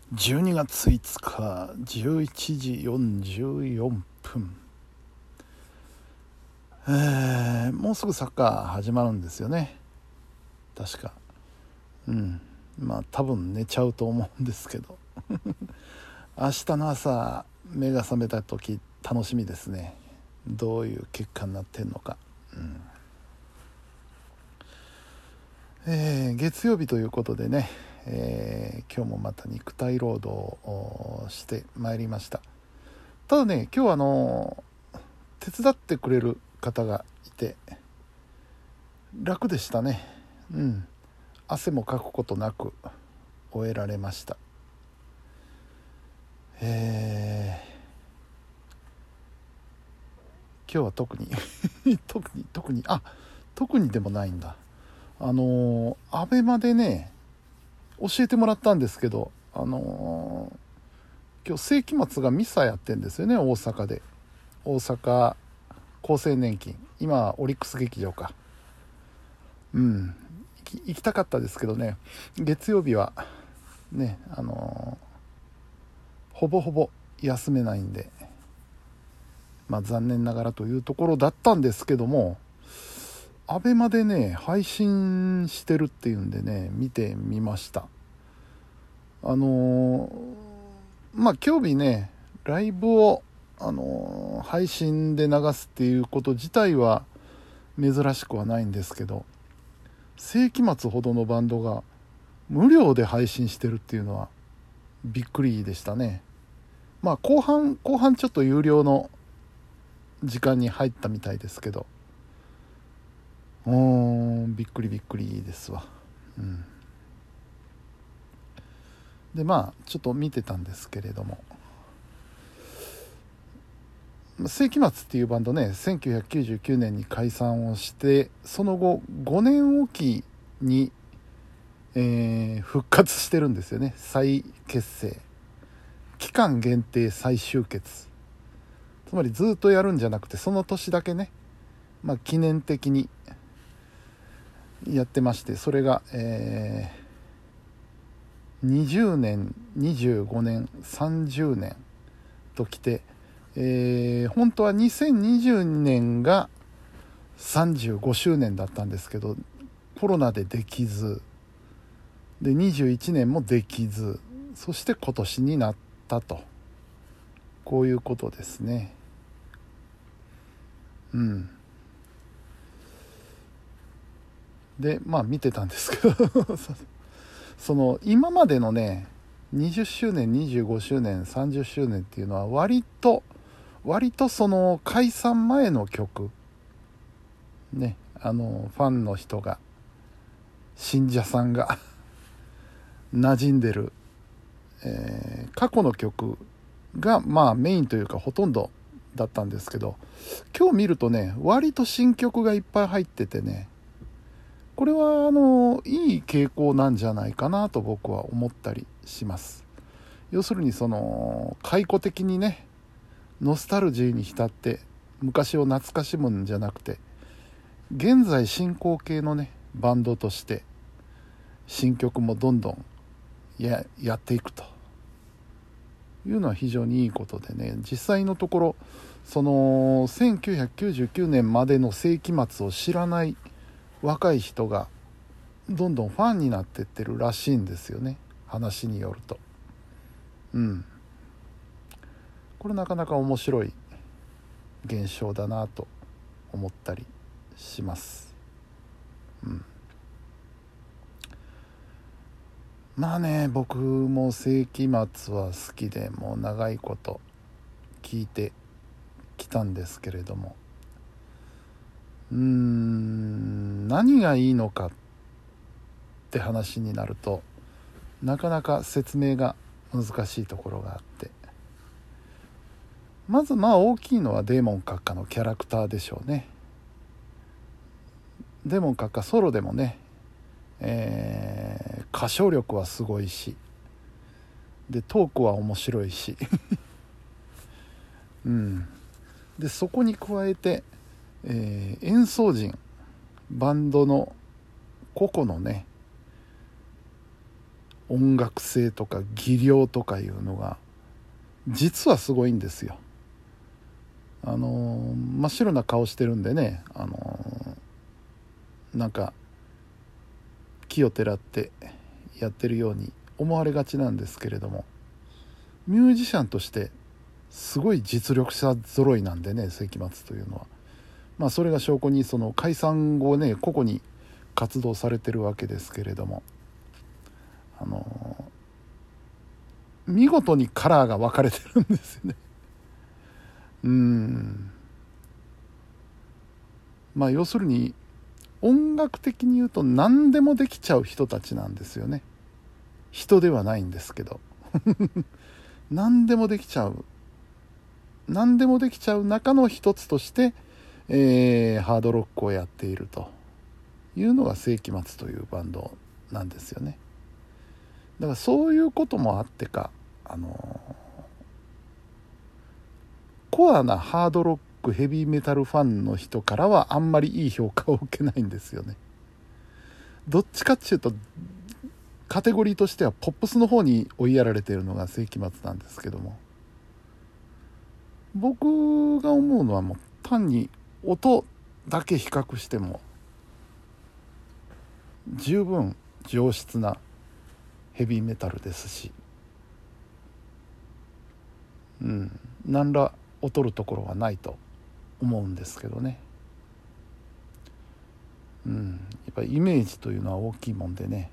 12月5日11時44分、もうすぐサッカー始まるんですよね、確か。まあ多分寝ちゃうと思うんですけど明日の朝目が覚めた時楽しみですね。どういう結果になってんのか。月曜日ということでね、今日もまた肉体労働をしてまいりました。ただね、今日は手伝ってくれる方がいて楽でしたね。汗もかくことなく終えられました。今日は特に特にでもないんだ。アベマでね教えてもらったんですけど、今日世紀末がミサやってんですよね、大阪で。大阪厚生年金、今オリックス劇場か。行きたかったですけどね、月曜日はねほぼほぼ休めないんで、残念ながらというところだったんですけども、アベマでね配信してるっていうんでね見てみました。今日ねライブを配信で流すっていうこと自体は珍しくはないんですけど、世紀末ほどのバンドが無料で配信してるっていうのはびっくりでしたね。後半ちょっと有料の時間に入ったみたいですけど、びっくりですわ。でちょっと見てたんですけれども、世紀末っていうバンドね、1999年に解散をして、その後5年おきに、復活してるんですよね。再結成、期間限定再集結、つまりずっとやるんじゃなくてその年だけね、記念的にやってまして、それが、20年25年30年ときて、本当は2020年が35周年だったんですけど、コロナでできずで、21年もできず、そして今年になったと、こういうことですね。で見てたんですけどその今までのね20周年25周年30周年っていうのは割とその解散前の曲ね、ファンの人が、信者さんが馴染んでる、過去の曲がメインというかほとんどだったんですけど、今日見るとね割と新曲がいっぱい入っててね、これはいい傾向なんじゃないかなと僕は思ったりします。要するに回顧的にねノスタルジーに浸って昔を懐かしむんじゃなくて、現在進行形のねバンドとして新曲もどんどんやっていくというのは非常にいいことでね、実際のところ1999年までの世紀末を知らない若い人がどんどんファンになってってるらしいんですよね、話によると。これなかなか面白い現象だなと思ったりします。僕も世紀末は好きで、もう長いこと聞いてきたんですけれども、何がいいのかって話になるとなかなか説明が難しいところがあって、まず大きいのはデーモン閣下のキャラクターでしょうね。デーモン閣下ソロでもね、歌唱力はすごいし、でトークは面白いしでそこに加えて、演奏陣、バンドの個々のね音楽性とか技量とかいうのが実はすごいんですよ。真っ白な顔してるんでね、なんか奇をてらってやってるように思われがちなんですけれども、ミュージシャンとしてすごい実力者揃いなんでね、世紀末というのは。それが証拠にその解散後ね、個々に活動されてるわけですけれども、見事にカラーが分かれてるんですよね。要するに音楽的に言うと何でもできちゃう人たちなんですよね。人ではないんですけど何でもできちゃう中の一つとして、ハードロックをやっているというのが世紀末というバンドなんですよね。だからそういうこともあってか、コアなハードロックヘビーメタルファンの人からはあんまりいい評価を受けないんですよね。どっちかっていうとカテゴリーとしてはポップスの方に追いやられているのが世紀末なんですけども、僕が思うのはもう単に音だけ比較しても十分上質なヘビーメタルですし、何ら劣るところはないと思うんですけどね。やっぱりイメージというのは大きいもんでね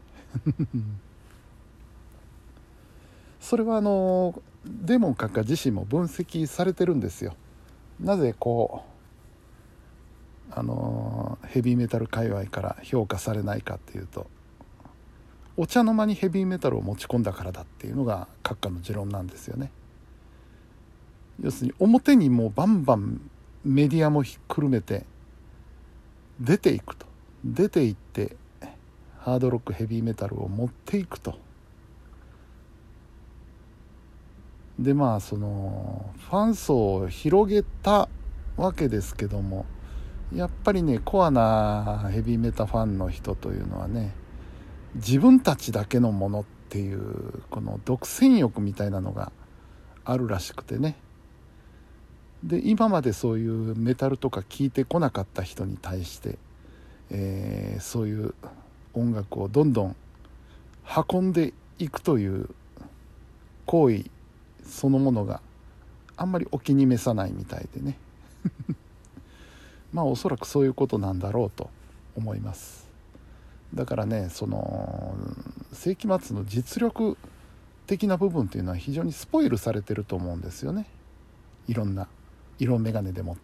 それはデモン閣下自身も分析されてるんですよ。なぜこうヘビーメタル界隈から評価されないかっていうと、お茶の間にヘビーメタルを持ち込んだからだっていうのが閣下の持論なんですよね。要するに表にもうバンバンメディアもひっくるめて出ていってハードロックヘビーメタルを持っていくと。でそのファン層を広げたわけですけども、やっぱりねコアなヘビーメタファンの人というのはね、自分たちだけのものっていうこの独占欲みたいなのがあるらしくてね。で今までそういうメタルとか聴いてこなかった人に対して、そういう音楽をどんどん運んでいくという行為そのものがあんまりお気に召さないみたいでねおそらくそういうことなんだろうと思います。だからね、その世紀末の実力的な部分というのは非常にスポイルされてると思うんですよね。いろんな色眼鏡でもって、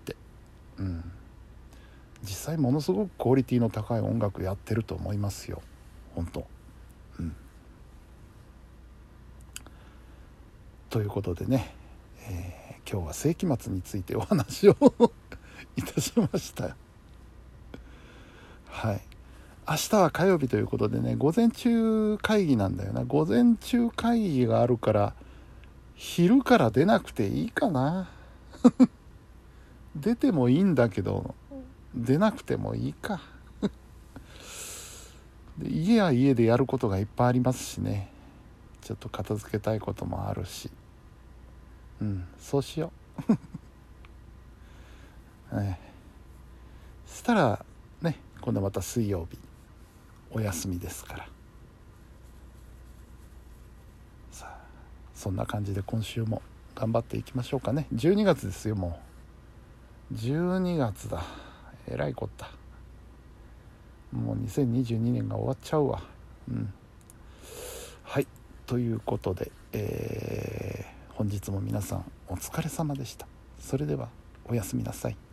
実際ものすごくクオリティの高い音楽やってると思いますよ、本当。ということでね、今日は世紀末についてお話をいたしました。はい。明日は火曜日ということでね、午前中会議なんだよな。午前中会議があるから昼から出なくていいかな出てもいいんだけど出なくてもいいかで家は家でやることがいっぱいありますしね、ちょっと片付けたいこともあるし、そうしようそしたらね、今度また水曜日お休みですから、さあそんな感じで今週も頑張っていきましょうかね。12月ですよ、もう12月だ。えらいこった。もう2022年が終わっちゃうわ。はい、ということで、本日も皆さんお疲れ様でした。それではおやすみなさい。